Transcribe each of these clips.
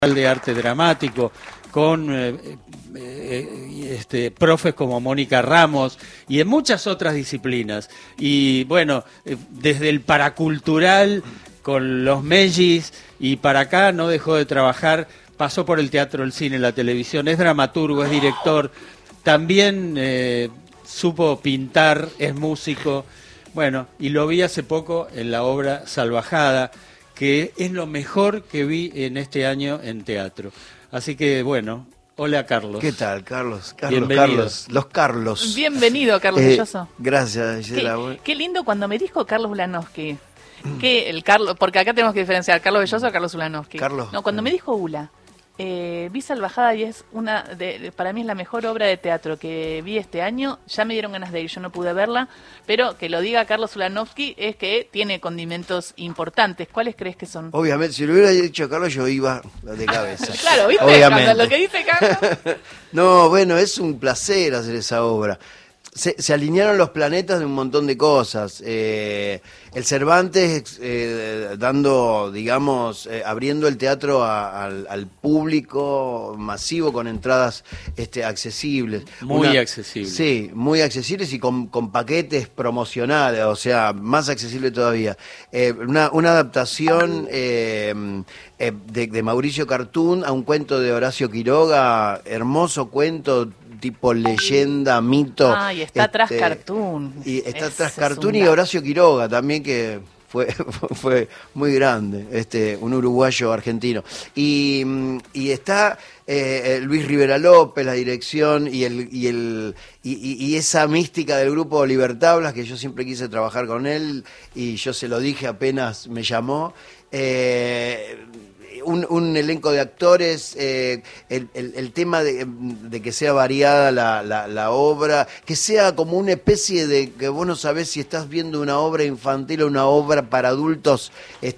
de Arte Dramático, con profes como Mónica Ramos y en muchas otras disciplinas. Y bueno, desde el paracultural con los Mellis y para acá no dejó de trabajar, pasó por el teatro, el cine, la televisión, es dramaturgo, es director, también supo pintar, es músico. Bueno, y lo vi hace poco en la obra Salvajada, que es lo mejor que vi en este año en teatro. Así que, bueno, hola Carlos. ¿Qué tal, Carlos? Bienvenido. Los Carlos. Bienvenido, Carlos Belloso. Gracias, Gisela. Qué lindo cuando me dijo Carlos Ulanowski. Que el Carlos, porque acá tenemos que diferenciar Carlos Belloso o Carlos Ulanowski. No, cuando me dijo Ula, vi Salvajada y es para mí es la mejor obra de teatro que vi este año. Ya me dieron ganas de ir, yo no pude verla, pero que lo diga Carlos Ulanowski es que tiene condimentos importantes. ¿Cuáles crees que son? Obviamente, si lo hubiera dicho Carlos, yo iba de cabeza. Claro, ¿viste? Obviamente. Lo que dice Carlos. No, bueno, es un placer hacer esa obra. Se alinearon los planetas de un montón de cosas. El Cervantes dando, digamos, abriendo el teatro al público masivo con entradas accesibles. Muy accesibles. Sí, muy accesibles y con paquetes promocionales, o sea, más accesible todavía. Una adaptación de Mauricio Cartún a un cuento de Horacio Quiroga, hermoso cuento, tipo leyenda, mito. Ah, y está atrás Cartún. Y está atrás Cartún y Horacio Quiroga también, que fue muy grande, un uruguayo argentino. Y está Luis Rivera López, la dirección, y esa mística del grupo Libertablas, que yo siempre quise trabajar con él, y yo se lo dije apenas me llamó. Un elenco de actores, el tema de que sea variada la obra, que sea como una especie de que vos no sabés si estás viendo una obra infantil o una obra para adultos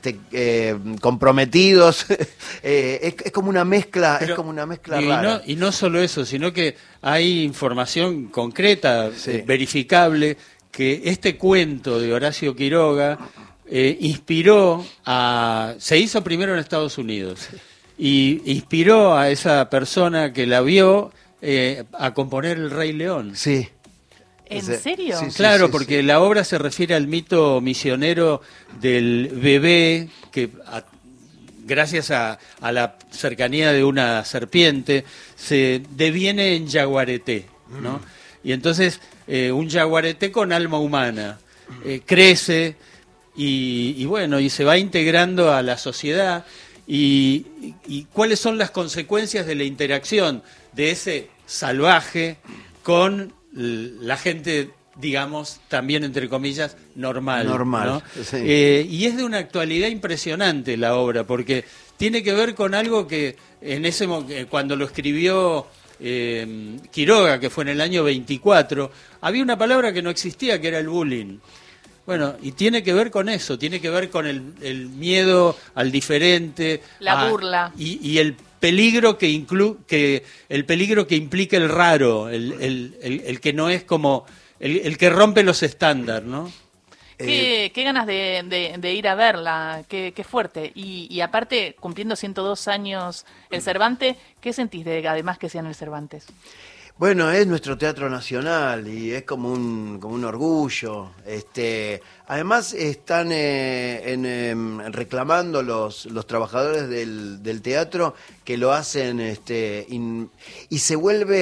comprometidos. Es como una mezcla, pero, es como una mezcla rara. Y no solo eso, sino que hay información concreta, verificable, que este cuento de Horacio Quiroga inspiró se hizo primero en Estados Unidos y inspiró a esa persona que la vio a componer El Rey León. Sí. ¿En serio? Sí, claro, porque la obra se refiere al mito misionero del bebé que gracias a la cercanía de una serpiente se deviene en yaguareté, ¿no? Y entonces un yaguareté con alma humana crece y bueno, y se va integrando a la sociedad y cuáles son las consecuencias de la interacción de ese salvaje con la gente, digamos, también entre comillas, normal. ¿No? Sí. Y es de una actualidad impresionante la obra, porque tiene que ver con algo que cuando lo escribió Quiroga, que fue en el año 24, había una palabra que no existía, que era el bullying. Bueno, y tiene que ver con eso, tiene que ver con el miedo al diferente, la burla y el peligro que implica el raro, el que no es como el que rompe los estándares, ¿no? Qué ganas de ir a verla, qué fuerte. Y aparte, cumpliendo 102 años el Cervantes, ¿qué sentís además que sea en el Cervantes? Bueno, es nuestro teatro nacional y es como un orgullo. Además están reclamando los trabajadores del teatro que lo hacen y se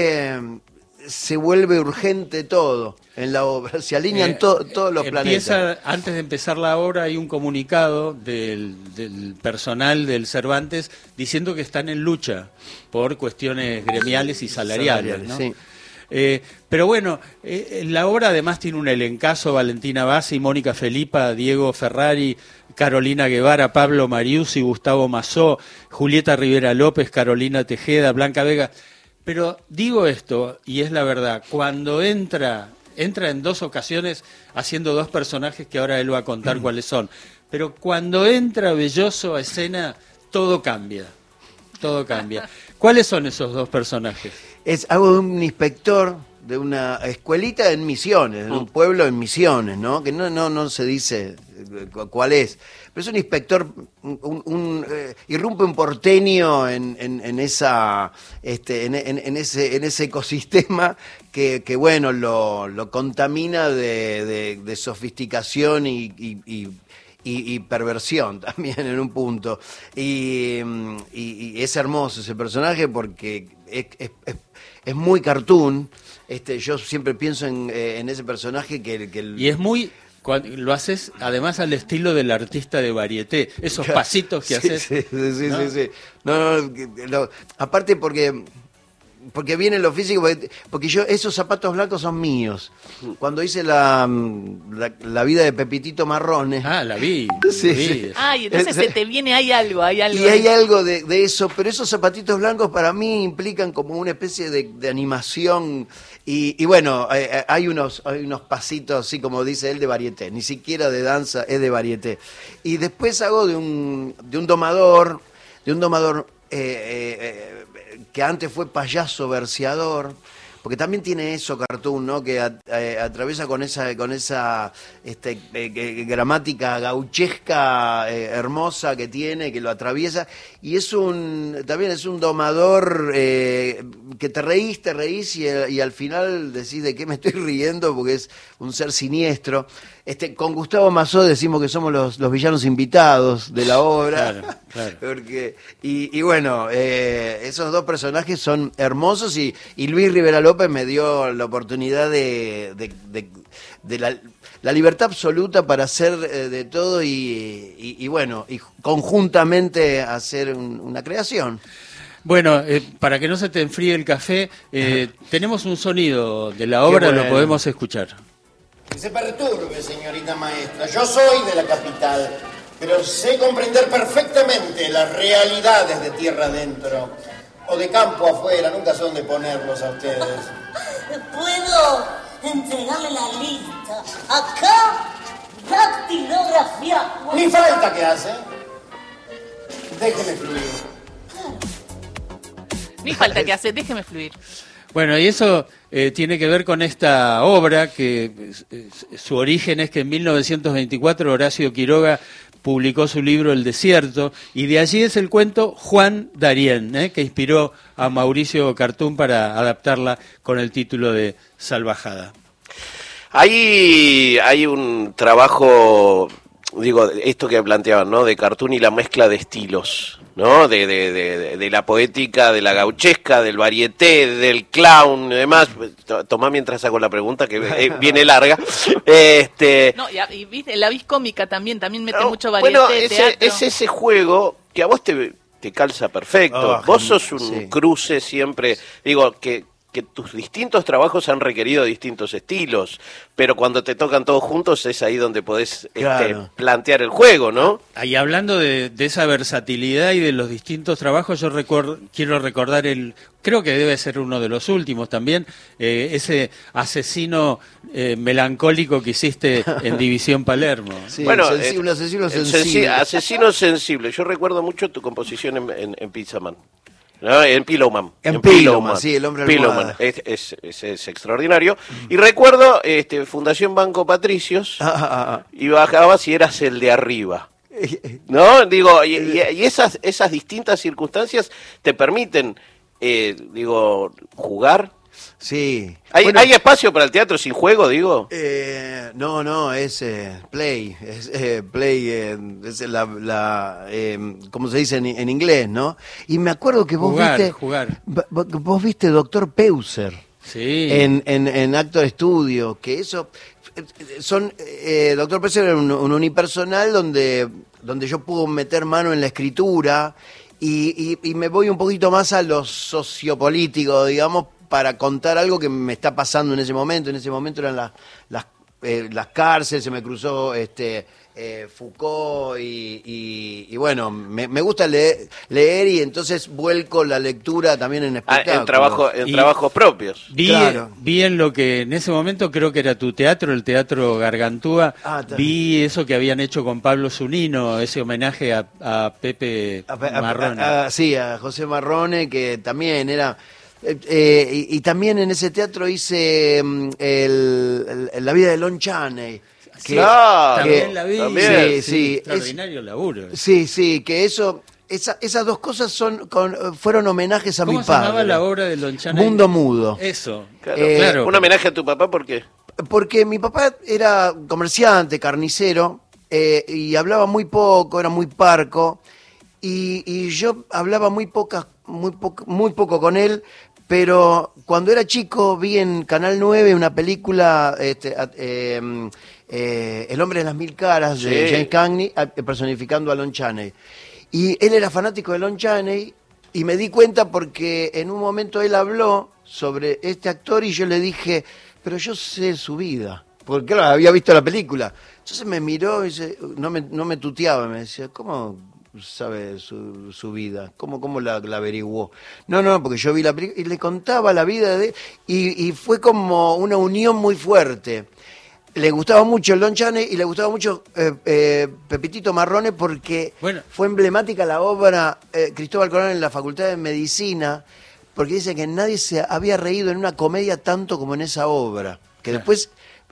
vuelve urgente todo en la obra, se alinean todos los planetas. Antes de empezar la obra hay un comunicado del personal del Cervantes diciendo que están en lucha por cuestiones gremiales y salariales, ¿no? Sí. Pero bueno, la obra además tiene un elencazo: Valentina Bassi, Mónica Felipa, Diego Ferrari, Carolina Guevara, Pablo Mariusi, Gustavo Mazó, Julieta Rivera López, Carolina Tejeda, Blanca Vega. Pero digo esto, y es la verdad, cuando entra en dos ocasiones haciendo dos personajes que ahora él va a contar cuáles son, pero cuando entra Belloso a escena, todo cambia. ¿Cuáles son esos dos personajes? Hago de un inspector escuelita en Misiones, en un pueblo en Misiones, ¿no? Que no se dice cuál es. Pero es un inspector, irrumpe un porteño en esa, en ese ecosistema que bueno, lo contamina de sofisticación y perversión también en un punto. Y es hermoso ese personaje porque es muy cartoon. Yo siempre pienso en ese personaje y es muy... Lo haces además al estilo del artista de varieté, esos pasitos que haces. Sí. No, aparte porque viene lo físico, porque esos zapatos blancos son míos. Cuando hice la vida de Pepitito Marrone. La vi. Sí. Y entonces se te viene, hay algo. Y hay algo de eso, pero esos zapatitos blancos para mí implican como una especie de animación. Y bueno, hay unos pasitos, así como dice él, de varieté. Ni siquiera de danza, es de varieté. Y después hago de un domador, que antes fue payaso verseador, porque también tiene eso cartoon, ¿no? Que atraviesa con esa gramática gauchesca hermosa que tiene, que lo atraviesa, y también es un domador que te reís y al final decís de qué me estoy riendo, porque es un ser siniestro. Con Gustavo Mazó decimos que somos los villanos invitados de la obra. Claro. Porque, y bueno, esos dos personajes son hermosos y Luis Rivera López me dio la oportunidad de la libertad absoluta para hacer de todo y bueno, y conjuntamente hacer una creación. Bueno, para que no se te enfríe el café, tenemos un sonido de la obra, lo podemos escuchar. Que se perturbe, señorita maestra. Yo soy de la capital, pero sé comprender perfectamente las realidades de tierra adentro o de campo afuera. Nunca sé dónde ponerlos a ustedes. ¿Puedo entregarle la lista? Acá, dactilografía. Ni falta que hace. Déjeme fluir. Ni falta que hace, déjeme fluir. Bueno, y eso tiene que ver con esta obra, que su origen es que en 1924 Horacio Quiroga publicó su libro El desierto, y de allí es el cuento Juan Darien, que inspiró a Mauricio Cartún para adaptarla con el título de Salvajada. Hay un trabajo, digo, esto que planteaban, ¿no? De Cartún y la mezcla de estilos, ¿no? De la poética, de la gauchesca, del varieté, del clown y demás. Tomá mientras hago la pregunta, que viene larga. No, y viste, la vis cómica también mete mucho varieté, bueno, teatro. es ese juego que a vos te calza perfecto. Vos sos un cruce siempre, digo, que tus distintos trabajos han requerido distintos estilos, pero cuando te tocan todos juntos es ahí donde podés plantear el juego, ¿no? Y hablando de esa versatilidad y de los distintos trabajos, yo quiero recordar creo que debe ser uno de los últimos también, ese asesino melancólico que hiciste en División Palermo. Sí, bueno, un asesino sensible. Asesino sensible. Yo recuerdo mucho tu composición en Pizzaman. ¿No? En Pillowman. Sí, el hombre almohada. Es extraordinario. Y recuerdo Fundación Banco Patricios, y bajabas y eras el de arriba. ¿No? Digo, y esas distintas circunstancias te permiten, jugar. Sí. ¿Hay espacio para el teatro sin juego, digo? No, es play. Play, es como se dice en inglés, ¿no? Y me acuerdo que vos vos viste Doctor Peuser. Sí. En Actor Studio, que eso son Doctor Peuser era un unipersonal donde yo puedo meter mano en la escritura y me voy un poquito más a lo sociopolítico, digamos, para contar algo que me está pasando en ese momento. En ese momento eran las cárceles, se me cruzó Foucault y bueno, me gusta leer y entonces vuelco la lectura también en espectáculos. En trabajos propios. Vi en lo que en ese momento creo que era tu teatro, el Teatro Gargantúa, vi eso que habían hecho con Pablo Zunino, ese homenaje a Pepe Marrone. Sí, a José Marrone, que también era... Y también en ese teatro hice La vida de Lon Chaney. También la vi. Sí, sí. Extraordinario laburo. Sí, que esas dos cosas fueron homenajes a mi padre. ¿Cómo se llamaba la obra de Lon Chaney? Mundo Mudo. Eso. Claro. ¿Un homenaje a tu papá por qué? Porque mi papá era comerciante, carnicero, y hablaba muy poco, era muy parco, y yo hablaba muy poco con él, pero cuando era chico vi en Canal 9 una película, El hombre de las mil caras, de James Cagney, personificando a Lon Chaney. Y él era fanático de Lon Chaney, y me di cuenta porque en un momento él habló sobre este actor y yo le dije, pero yo sé su vida, porque claro, había visto la película. Entonces me miró y no me tuteaba, me decía, ¿cómo sabe su vida? ¿Cómo la averiguó? No, porque yo vi la película y le contaba la vida de él, y fue como una unión muy fuerte. Le gustaba mucho Lon Chaney y le gustaba mucho Pepitito Marrone porque fue emblemática la obra Cristóbal Colón en la Facultad de Medicina, porque dice que nadie se había reído en una comedia tanto como en esa obra. Que después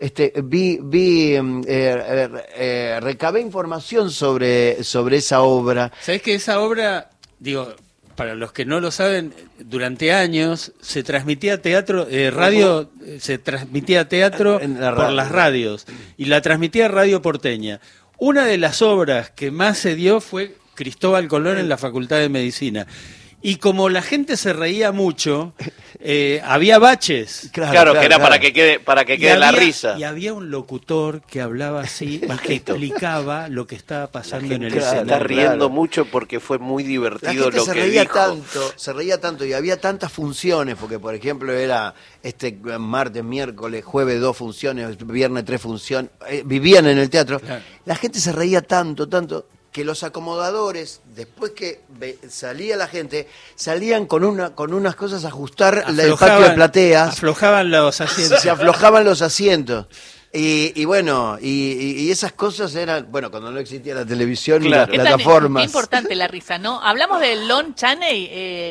recabé información sobre esa obra. ¿Sabés que esa obra, digo, para los que no lo saben, durante años se transmitía teatro, se transmitía teatro por las radios, y la transmitía Radio Porteña. Una de las obras que más se dio fue Cristóbal Colón en la Facultad de Medicina. Y como la gente se reía mucho, había baches. Claro, que era para que quede la risa. Y había un locutor que hablaba así, que explicaba lo que estaba pasando en el escenario. Se está riendo mucho porque fue muy divertido lo que dijo. Se reía tanto y había tantas funciones, porque por ejemplo era martes, miércoles, jueves 2 funciones, viernes 3 funciones, vivían en el teatro. Claro. La gente se reía tanto, que los acomodadores, después que salía la gente, salían con unas cosas a ajustar el patio de plateas. Aflojaban los asientos. Se aflojaban los asientos. Y bueno, y esas cosas eran, cuando no existía la televisión y las plataformas. Qué importante la risa, ¿no? Hablamos de Lon Chaney,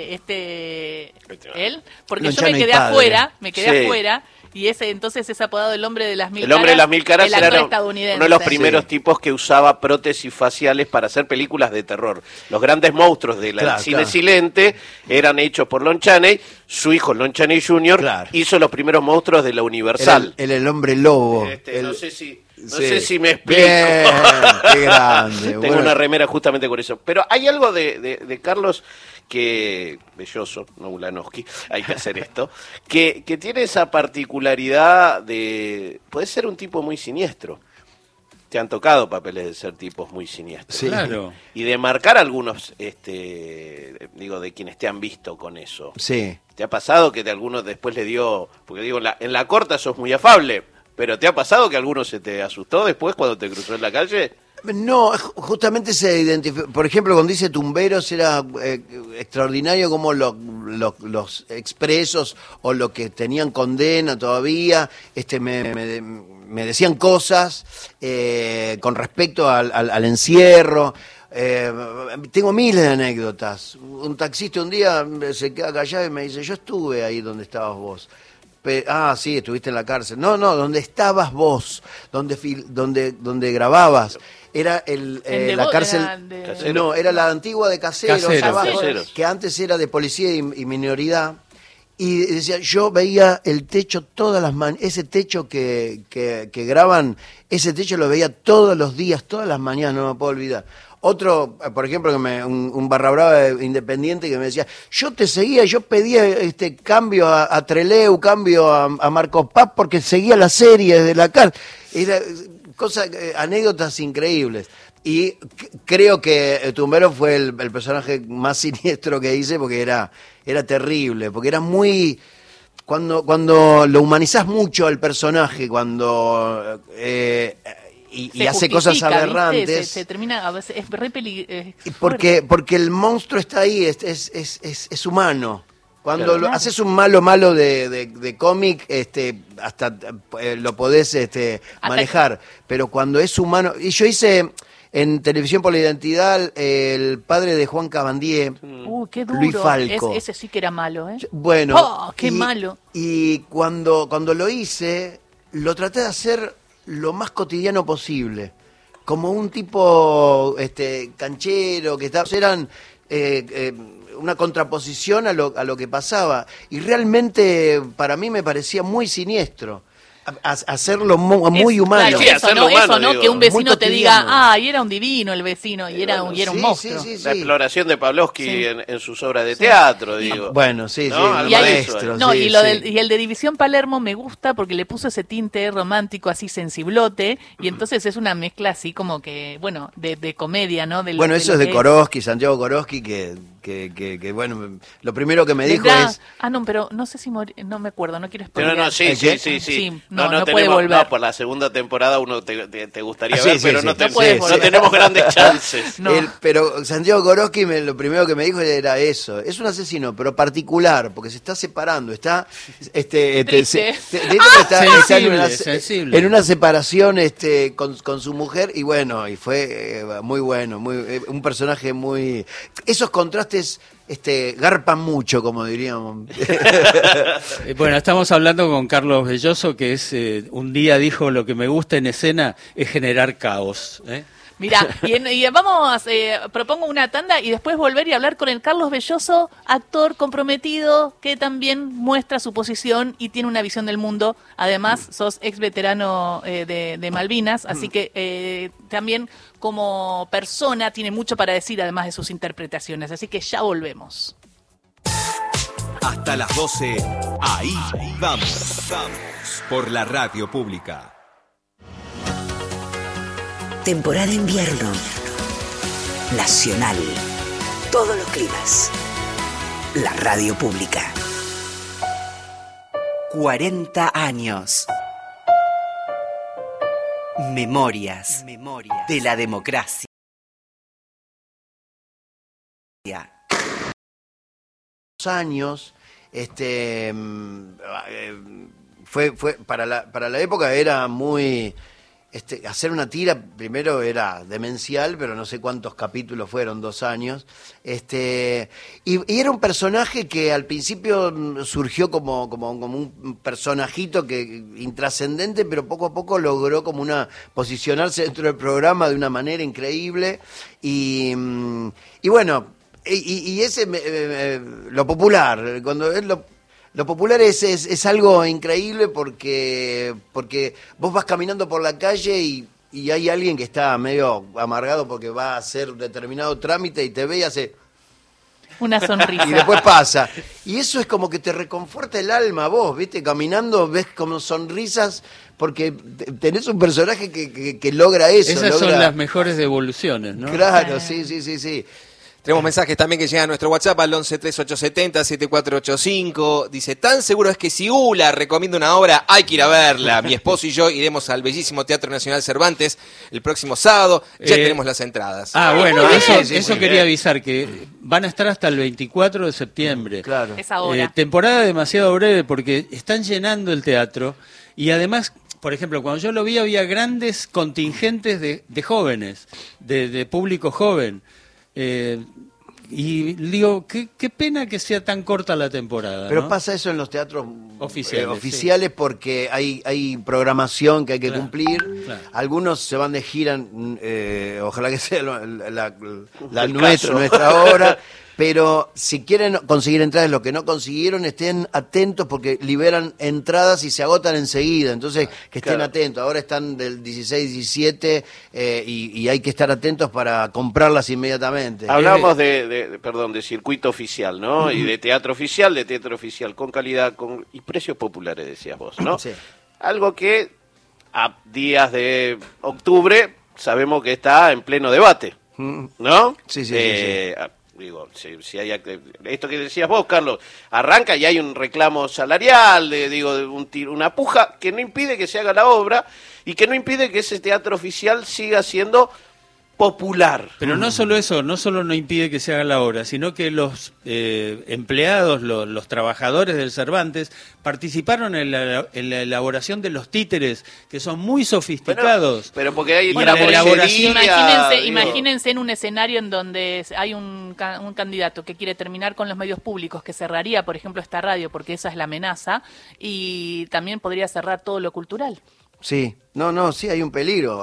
él, porque Lon yo Chaney me quedé afuera. Y entonces es apodado el hombre de las mil caras. El hombre de las mil caras era uno de los primeros tipos que usaba prótesis faciales para hacer películas de terror. Los grandes monstruos del cine silente eran hechos por Lon Chaney. Su hijo, Lon Chaney Jr., hizo los primeros monstruos de la Universal. El hombre lobo. No sé si me explico. Bien, qué grande. Tengo una remera justamente con eso. Pero hay algo de Carlos que, belloso, no Ulanowski, hay que hacer esto, que tiene esa particularidad de, puede ser un tipo muy siniestro. Te han tocado papeles de ser tipos muy siniestros. Sí. Claro. Y de marcar algunos, de quienes te han visto con eso. Sí. ¿Te ha pasado que de algunos después le dio, porque digo, en la corta sos muy afable, pero ¿te ha pasado que alguno se te asustó después cuando te cruzó en la calle? No, justamente se identificó. Por ejemplo, cuando dice Tumberos era extraordinario como los expresos o los que tenían condena todavía me decían cosas con respecto al encierro. Tengo miles de anécdotas. Un taxista un día se queda callado y me dice, yo estuve ahí donde estabas vos. Sí, estuviste en la cárcel. No, donde estabas vos, donde grababas. Era la cárcel. No, era la antigua de Caseros. Abajo, que antes era de policía y minoridad. Y decía, yo veía el techo todas las mañanas, ese techo que graban, ese techo lo veía todos los días, todas las mañanas, no me puedo olvidar. Otro, por ejemplo, un barra brava independiente que me decía, yo te seguía, yo pedía cambio a Trelew, cambio a Marcos Paz, porque seguía la serie de la cárcel. Era anécdotas increíbles. Y creo que Tumbero fue el personaje más siniestro que hice, porque era terrible, porque era muy... Cuando lo humanizás mucho al personaje, cuando... y hace cosas aberrantes. Se termina, a veces es re peligroso. Porque el monstruo está ahí, es humano. Cuando haces un malo de cómic, hasta lo podés manejar. Pero cuando es humano... Y yo hice En Televisión por la Identidad, el padre de Juan Cabandier, qué duro. Luis Falco. Ese sí que era malo, ¿eh? Bueno, qué malo. Y cuando lo hice, lo traté de hacer lo más cotidiano posible, como un tipo canchero, eran una contraposición a lo que pasaba, y realmente para mí me parecía muy siniestro. Hacerlo muy humano. Claro, Sí, eso, hacerlo humano, ¿no? digo. Que un vecino Muy te diga, cotidiano. y era un divino el vecino, y era un monstruo. Sí. La exploración de Pavlovsky Sí. en sus obras de teatro, digo. Bueno, sí, ¿No? sí, Algo Y ahí- de eso, maestro. No, sí, y, sí. y el de División Palermo me gusta porque le puso ese tinte romántico así sensiblote, y entonces es una mezcla así como que, bueno, de comedia, ¿no? Bueno, eso es de Korosky, Santiago Korosky, que bueno, lo primero que me dijo es... no, pero no sé si no me acuerdo, no quiero spoilear. No, sí. No puede tenemos, volver. No, por la segunda temporada uno te gustaría Sí, ver, sí, pero sí. no, No puedes volver. no tenemos grandes chances. No. Pero Santiago Korosky lo primero que me dijo era eso. Es un asesino, pero particular, porque se está separando. Está, Triste. Sensible. en una separación con su mujer, y bueno, y fue muy bueno, un personaje muy... Esos contrastes garpan mucho, como diríamos. Bueno, estamos hablando con Carlos Belloso, que un día dijo: lo que me gusta en escena es generar caos. Mirá, propongo una tanda y después volver y hablar con el Carlos Belloso, actor comprometido que también muestra su posición y tiene una visión del mundo. Además, sos ex veterano de Malvinas, así que también como persona tiene mucho para decir, además de sus interpretaciones. Así que ya volvemos. Hasta las 12, ahí vamos, por la radio pública. Temporada invierno. Nacional. Todos los climas. La radio pública. 40 años. Memorias de la democracia. Años, fue para la época era muy... hacer una tira primero era demencial, pero no sé cuántos capítulos fueron, 2 años. Y era un personaje que al principio surgió como un personajito intrascendente, pero poco a poco logró posicionarse dentro del programa de una manera increíble. Y bueno, y ese lo popular, cuando es lo popular es algo increíble porque vos vas caminando por la calle y hay alguien que está medio amargado porque va a hacer determinado trámite y te ve y hace... Una sonrisa. Y después pasa. Y eso es como que te reconforta el alma a vos, ¿viste? Caminando ves como sonrisas porque tenés un personaje que logra eso. Esas son las mejores devoluciones, ¿no? Claro, sí. Tenemos mensajes también que llegan a nuestro WhatsApp al 113870-7485. Dice, tan seguro es que si ULA recomienda una obra, hay que ir a verla. Mi esposo y yo iremos al bellísimo Teatro Nacional Cervantes el próximo sábado. Ya tenemos las entradas. Bueno, sí, eso quería avisar, que van a estar hasta el 24 de septiembre. Claro. Esa hora. Temporada demasiado breve porque están llenando el teatro y además... Por ejemplo, cuando yo lo vi había grandes contingentes de jóvenes, de público joven. Y digo, qué pena que sea tan corta la temporada. Pero ¿no? pasa eso en los teatros oficiales, porque hay programación que hay que cumplir. Claro. Algunos se van de gira, ojalá que sea nuestra obra. Pero si quieren conseguir entradas, lo que no consiguieron, estén atentos porque liberan entradas y se agotan enseguida. Entonces, que estén atentos. Ahora están del 16-17 y hay que estar atentos para comprarlas inmediatamente. Hablábamos de circuito oficial, ¿no? Y de teatro oficial con calidad y precios populares, decías vos, ¿no? Sí. Algo que a días de octubre sabemos que está en pleno debate, ¿no? Sí. Digo, si hay esto que decías vos, Carlos, arranca y hay un reclamo salarial, una puja que no impide que se haga la obra y que no impide que ese teatro oficial siga siendo popular. Pero no solo eso, no solo no impide que se haga la obra, sino que los empleados, los trabajadores del Cervantes participaron en la elaboración de los títeres, que son muy sofisticados. Pero porque hay la elaboración. Imagínense en un escenario en donde hay un candidato que quiere terminar con los medios públicos, que cerraría, por ejemplo, esta radio, porque esa es la amenaza, y también podría cerrar todo lo cultural. Sí, sí, hay un peligro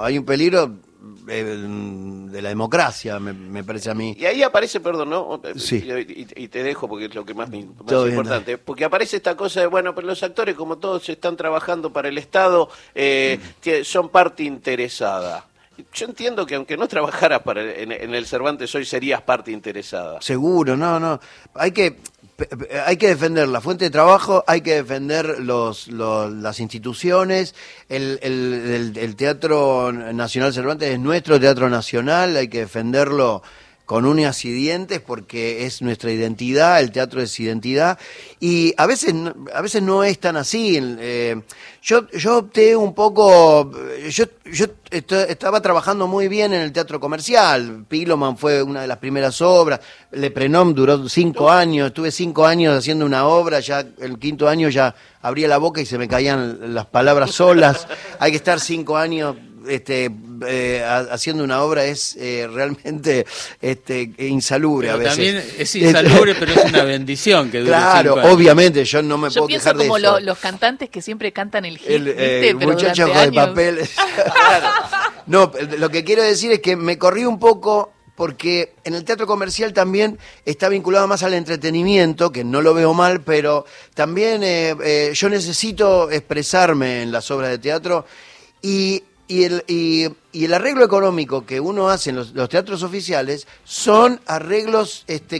de la democracia, me parece a mí. Y ahí aparece, perdón, ¿no? Sí. Y te dejo porque es lo que más Bien, importante. Porque aparece esta cosa de, bueno, pero los actores, como todos están trabajando para el Estado, son parte interesada. Yo entiendo que aunque no trabajaras en el Cervantes hoy, serías parte interesada. Seguro, no. Hay que defender la fuente de trabajo, hay que defender las instituciones, el Teatro Nacional Cervantes es nuestro teatro nacional, hay que defenderlo con uñas y dientes porque es nuestra identidad, el teatro es identidad, y a veces no es tan así. Yo opté un poco, yo estaba trabajando muy bien en el teatro comercial. Piloman fue una de las primeras obras, Le Prenom duró 5 años, estuve 5 años haciendo una obra, ya el 5.º año ya abría la boca y se me caían las palabras solas. Hay que estar 5 años haciendo una obra, es realmente insalubre pero a veces. También es insalubre, pero es una bendición que dure 5 años. Claro, obviamente, yo no me puedo quejar de eso. Yo pienso como los cantantes que siempre cantan el hit, el muchacho de papel. Claro. No, lo que quiero decir es que me corrí un poco porque en el teatro comercial también está vinculado más al entretenimiento, que no lo veo mal, pero también yo necesito expresarme en las obras de teatro y el arreglo económico que uno hace en los teatros oficiales son arreglos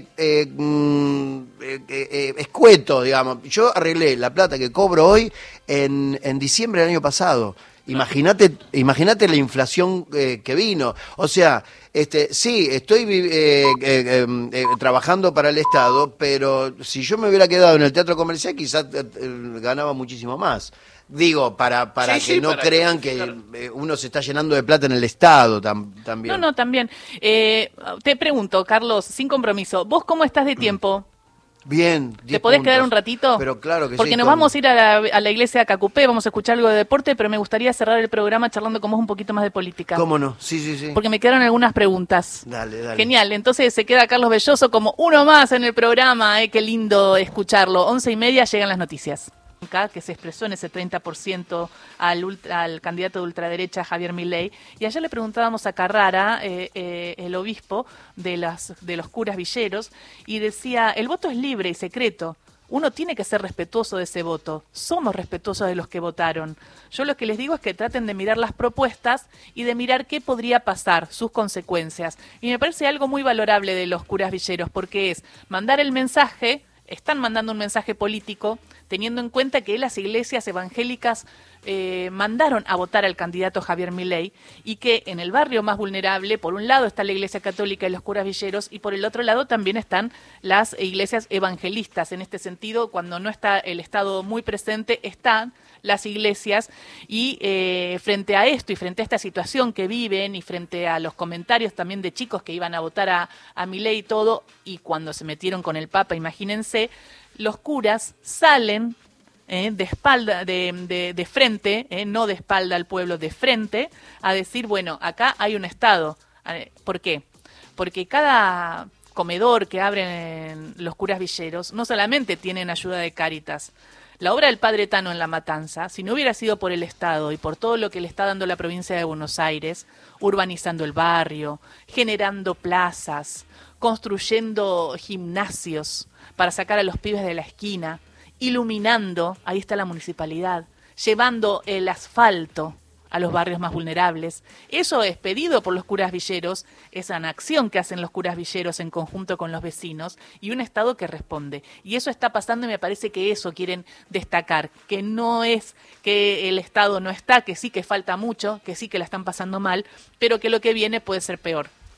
escuetos, digamos. Yo arreglé la plata que cobro hoy en diciembre del año pasado. Imagínate la inflación que vino. O sea, sí, estoy trabajando para el Estado, pero si yo me hubiera quedado en el teatro comercial quizás ganaba muchísimo más. Digo, para que no crean que uno se está llenando de plata en el Estado también. No, también. Te pregunto, Carlos, sin compromiso, ¿vos cómo estás de tiempo? Bien. ¿Te podés quedar un ratito? Pero claro que porque sí. Nos vamos a ir a la iglesia de Cacupé, vamos a escuchar algo de deporte, pero me gustaría cerrar el programa charlando con vos un poquito más de política. ¿Cómo no? Sí. Porque me quedaron algunas preguntas. Dale. Genial, entonces se queda Carlos Belloso como uno más en el programa, qué lindo escucharlo. 11:30 llegan las noticias. Que se expresó en ese 30% al candidato de ultraderecha Javier Milei, y ayer le preguntábamos a Carrara, el obispo de los curas villeros, y decía, el voto es libre y secreto, uno tiene que ser respetuoso de ese voto, somos respetuosos de los que votaron. Yo lo que les digo es que traten de mirar las propuestas y de mirar qué podría pasar, sus consecuencias, y me parece algo muy valorable de los curas villeros, porque es mandar el mensaje, están mandando un mensaje político, teniendo en cuenta que las iglesias evangélicas mandaron a votar al candidato Javier Milei y que en el barrio más vulnerable, por un lado está la iglesia católica y los curas villeros y por el otro lado también están las iglesias evangelistas. En este sentido, cuando no está el Estado muy presente, están las iglesias y frente a esto y frente a esta situación que viven y frente a los comentarios también de chicos que iban a votar a Milei y todo, y cuando se metieron con el Papa, imagínense, los curas salen de espalda, de frente, no de espalda al pueblo, de frente, a decir, bueno, acá hay un Estado. ¿Por qué? Porque cada comedor que abren los curas villeros no solamente tienen ayuda de Cáritas. La obra del Padre Tano en La Matanza, si no hubiera sido por el Estado y por todo lo que le está dando la provincia de Buenos Aires, urbanizando el barrio, generando plazas, construyendo gimnasios para sacar a los pibes de la esquina, iluminando, ahí está la municipalidad, llevando el asfalto a los barrios más vulnerables. Eso es pedido por los curas villeros, es una acción que hacen los curas villeros en conjunto con los vecinos y un Estado que responde. Y eso está pasando y me parece que eso quieren destacar, que no es que el Estado no está, que sí que falta mucho, que sí que la están pasando mal, pero que lo que viene puede ser peor.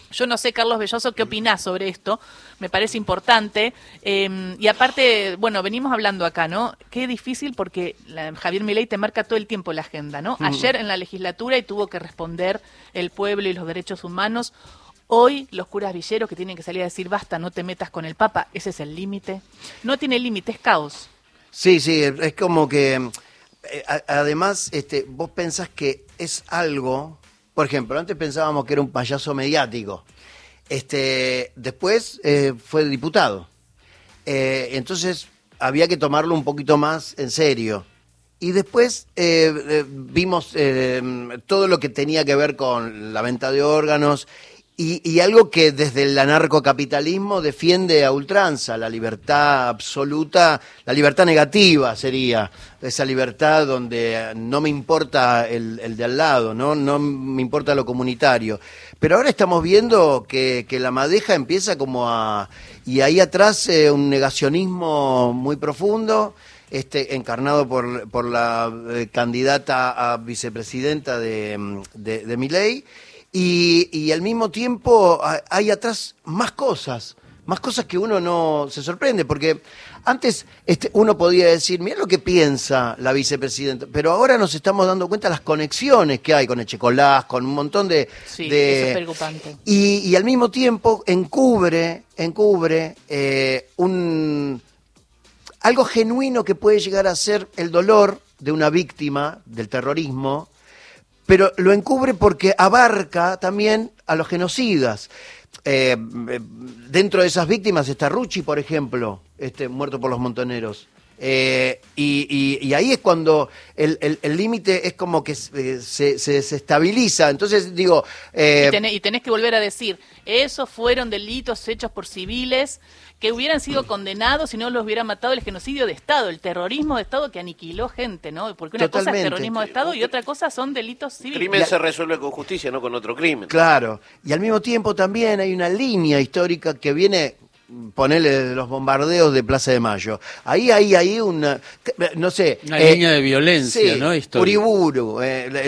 Yo no sé, Carlos Belloso, ¿qué opinás sobre esto? Me parece importante. Y aparte, bueno, venimos hablando acá, ¿no? Qué difícil porque Javier Milei te marca todo el tiempo la agenda, ¿no? Ayer en la legislatura y tuvo que responder el pueblo y los derechos humanos. Hoy los curas villeros que tienen que salir a decir, basta, no te metas con el Papa, ese es el límite. No tiene límite, es caos. Sí, es como que, además, vos pensás que es algo, por ejemplo, antes pensábamos que era un payaso mediático, después fue diputado, entonces había que tomarlo un poquito más en serio. Y después vimos todo lo que tenía que ver con la venta de órganos y algo que desde el anarcocapitalismo defiende a ultranza, la libertad absoluta, la libertad negativa sería, esa libertad donde no me importa el de al lado, no me importa lo comunitario. Pero ahora estamos viendo que la madeja empieza como a... Y ahí atrás un negacionismo muy profundo, encarnado por la candidata a vicepresidenta de Milei, y al mismo tiempo hay atrás más cosas que uno no se sorprende, porque antes uno podía decir, mira lo que piensa la vicepresidenta, pero ahora nos estamos dando cuenta de las conexiones que hay con Echecolás, con un montón de... Sí, eso es preocupante. Y al mismo tiempo encubre algo genuino que puede llegar a ser el dolor de una víctima del terrorismo, pero lo encubre porque abarca también a los genocidas. Dentro de esas víctimas está Rucci, por ejemplo, muerto por los montoneros. Y ahí es cuando el límite es como que se estabiliza. Entonces digo... y tenés que volver a decir, esos fueron delitos hechos por civiles que hubieran sido condenados si no los hubiera matado el genocidio de Estado, el terrorismo de Estado que aniquiló gente, ¿no? Porque una cosa es terrorismo de Estado y otra cosa son delitos civiles. El crimen se resuelve con justicia, no con otro crimen. Claro, y al mismo tiempo también hay una línea histórica que viene... Ponerle los bombardeos de Plaza de Mayo. Ahí hay una, no sé... Una línea de violencia, sí, ¿no? Histórica. Uriburu,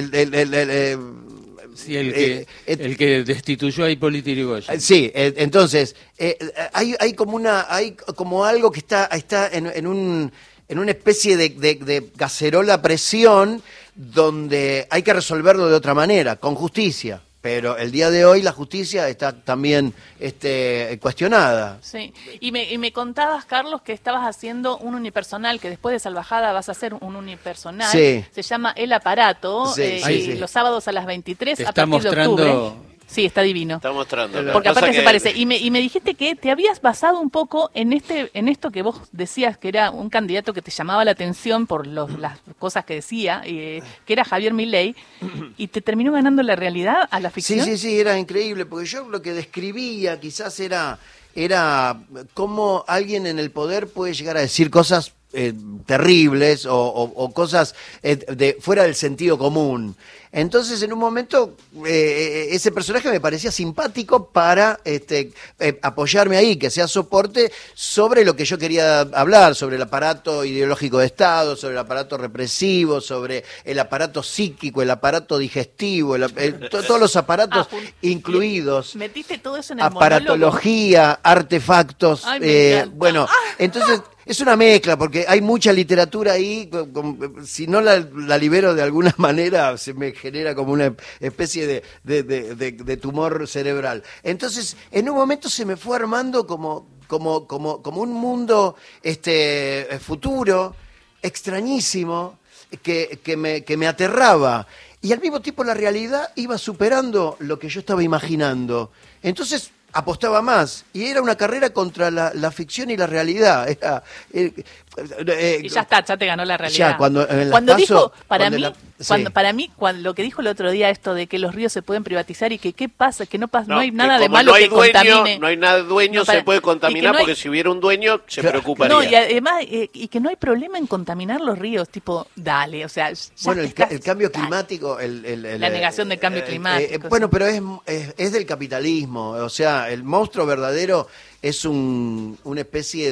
sí, el que destituyó a Hipólito Yrigoyen. Sí, entonces, hay como algo que está en una especie de cacerola a presión donde hay que resolverlo de otra manera, con justicia. Pero el día de hoy la justicia está también cuestionada. Sí, y me contabas, Carlos, que estabas haciendo un unipersonal, que después de Salvajada vas a hacer un unipersonal. Sí. Se llama El Aparato, Sí. los sábados a las 23 Te a está partir de mostrando... octubre. Sí, está divino. Está mostrando. Porque aparte se parece. Y me dijiste que te habías basado un poco en esto que vos decías que era un candidato que te llamaba la atención por las cosas que decía, que era Javier Milei, y te terminó ganando la realidad a la ficción. Sí, era increíble, porque yo lo que describía quizás era cómo alguien en el poder puede llegar a decir cosas terribles o cosas fuera del sentido común. Entonces, en un momento, ese personaje me parecía simpático para apoyarme ahí, que sea soporte sobre lo que yo quería hablar, sobre el aparato ideológico de Estado, sobre el aparato represivo, sobre el aparato psíquico, el aparato digestivo, todos los aparatos incluidos. ¿Metiste todo eso en el aparatología, artefactos. Ay, me encanta. Bueno, entonces... Es una mezcla, porque hay mucha literatura ahí, si no la libero de alguna manera, se me genera como una especie de tumor cerebral. Entonces, en un momento se me fue armando como un mundo futuro, extrañísimo, que me aterraba. Y al mismo tiempo la realidad iba superando lo que yo estaba imaginando. Entonces... apostaba más, y era una carrera contra la ficción y la realidad. Y ya está, ya te ganó la realidad. Ya, cuando dijo, para mí, lo que dijo el otro día, esto de que los ríos se pueden privatizar y que qué pasa, que no hay nada de malo que contamine. No hay nada de dueño, se puede contaminar, porque si hubiera un dueño, se preocuparía. No, y además, y que no hay problema en contaminar los ríos, tipo, dale, o sea... Bueno, el cambio climático... la negación del cambio climático. Bueno, pero es del capitalismo, o sea, el monstruo verdadero es una especie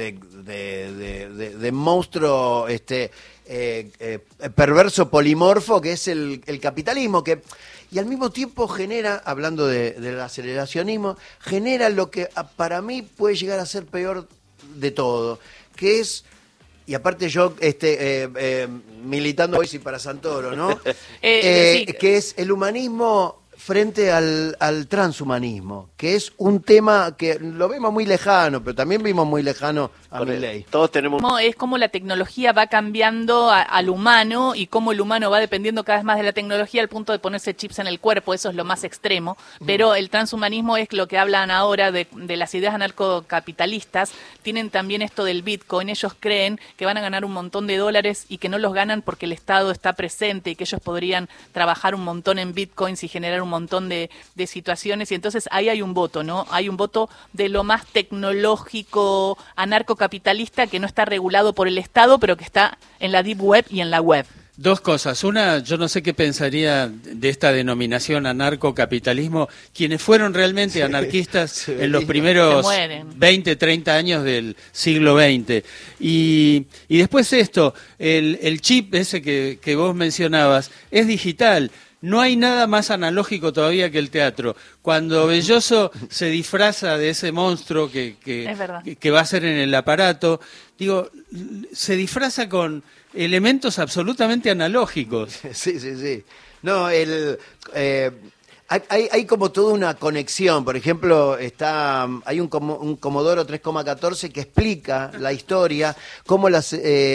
de monstruo perverso polimorfo que es el capitalismo, y al mismo tiempo genera, hablando del aceleracionismo, genera lo que para mí puede llegar a ser peor de todo, que es, y aparte yo militando hoy sí para Santoro, ¿no? Sí. Que es el humanismo frente al transhumanismo, que es un tema que lo vemos muy lejano, pero también vimos muy lejano a Milei. Todos tenemos... Es como la tecnología va cambiando al humano y cómo el humano va dependiendo cada vez más de la tecnología al punto de ponerse chips en el cuerpo, eso es lo más extremo, pero el transhumanismo es lo que hablan ahora de las ideas anarcocapitalistas, tienen también esto del Bitcoin, ellos creen que van a ganar un montón de dólares y que no los ganan porque el Estado está presente y que ellos podrían trabajar un montón en Bitcoins y generar un montón de situaciones, y entonces ahí hay un voto, ¿no? Hay un voto de lo más tecnológico, anarcocapitalista, que no está regulado por el Estado, pero que está en la deep web y en la web. Dos cosas. Una, yo no sé qué pensaría de esta denominación anarcocapitalismo quienes fueron realmente anarquistas en los primeros 20, 30 años del siglo XX. Y después esto, el chip ese que vos mencionabas es digital. No hay nada más analógico todavía que el teatro. Cuando Belloso se disfraza de ese monstruo que va a ser en el aparato, digo, se disfraza con elementos absolutamente analógicos. Sí. No, hay como toda una conexión. Por ejemplo, hay un Commodore 3,14 que explica la historia, cómo el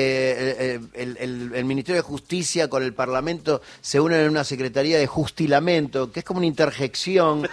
Ministerio de Justicia con el Parlamento se unen en una Secretaría de Justilamento, que es como una interjección,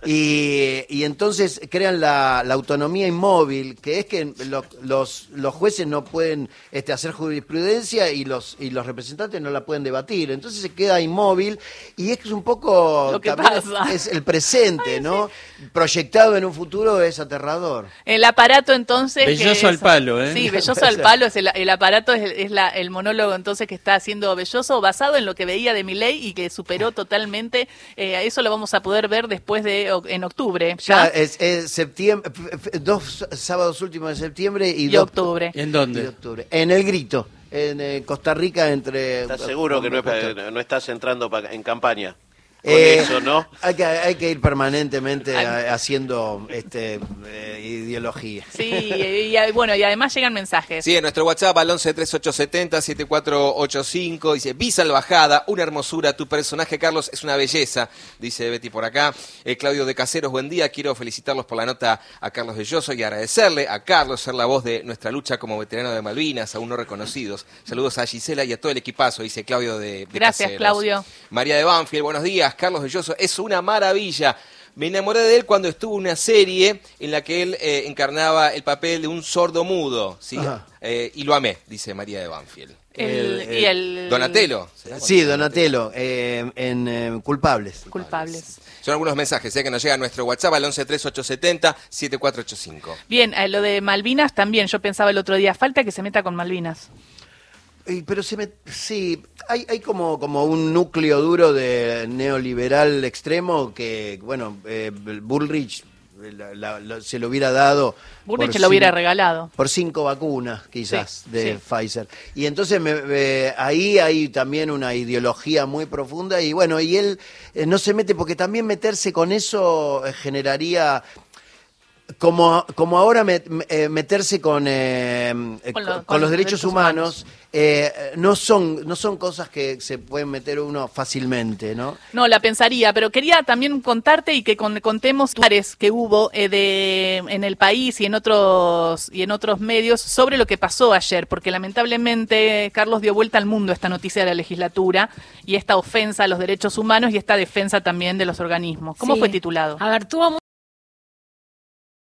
y entonces crean la autonomía inmóvil, que es que los jueces no pueden hacer jurisprudencia y los representantes no la pueden debatir. Entonces se queda inmóvil, y es un poco... Lo que pasa. Es el presente, ¿no? Sí. Proyectado en un futuro es aterrador. El aparato, entonces... Belloso al palo, ¿eh? Sí, Belloso al palo. El aparato es el monólogo, entonces, que está haciendo Belloso, basado en lo que veía de Milei y que superó totalmente. Eso lo vamos a poder ver después en octubre. Ya es septiembre, 2 sábados últimos de septiembre y octubre. ¿En dónde? Y octubre. En El Grito, en Costa Rica, entre... ¿Estás seguro que no estás entrando en campaña? Eso, ¿no? Hay que ir permanentemente haciendo ideología. Sí, y además llegan mensajes. Sí, en nuestro WhatsApp al 113870-7485 dice: Vi Salvajada, una hermosura, tu personaje, Carlos, es una belleza, dice Betty por acá. Claudio de Caseros, buen día, quiero felicitarlos por la nota a Carlos Belloso y agradecerle a Carlos ser la voz de nuestra lucha como veterano de Malvinas, aún no reconocidos. Saludos a Gisela y a todo el equipazo, dice Claudio de Gracias, Caseros. Claudio. María de Banfield, buenos días. Carlos Belloso es una maravilla. Me enamoré de él cuando estuvo en una serie en la que él encarnaba el papel de un sordo mudo, ¿sí? Y lo amé, dice María de Banfield. Donatello. Sí, Donatello, en Culpables. Son algunos mensajes que nos llegan a nuestro WhatsApp al 113870-7485. Bien, lo de Malvinas también, yo pensaba el otro día, falta que se meta con Malvinas. Pero sí, hay como un núcleo duro de neoliberal extremo que, bueno, Bullrich se lo hubiera dado. Bullrich lo hubiera regalado. Por 5 vacunas, quizás, de Pfizer. Y entonces ahí hay también una ideología muy profunda y, bueno, y él no se mete, porque también meterse con eso generaría... Como ahora meterse con los derechos humanos no son cosas que se pueden meter uno fácilmente, ¿no? No, la pensaría, pero quería también contarte y que contemos lugares que hubo en el país y en otros medios sobre lo que pasó ayer, porque lamentablemente Carlos dio vuelta al mundo esta noticia de la legislatura y esta ofensa a los derechos humanos y esta defensa también de los organismos. ¿Cómo fue titulado? A ver, tuvo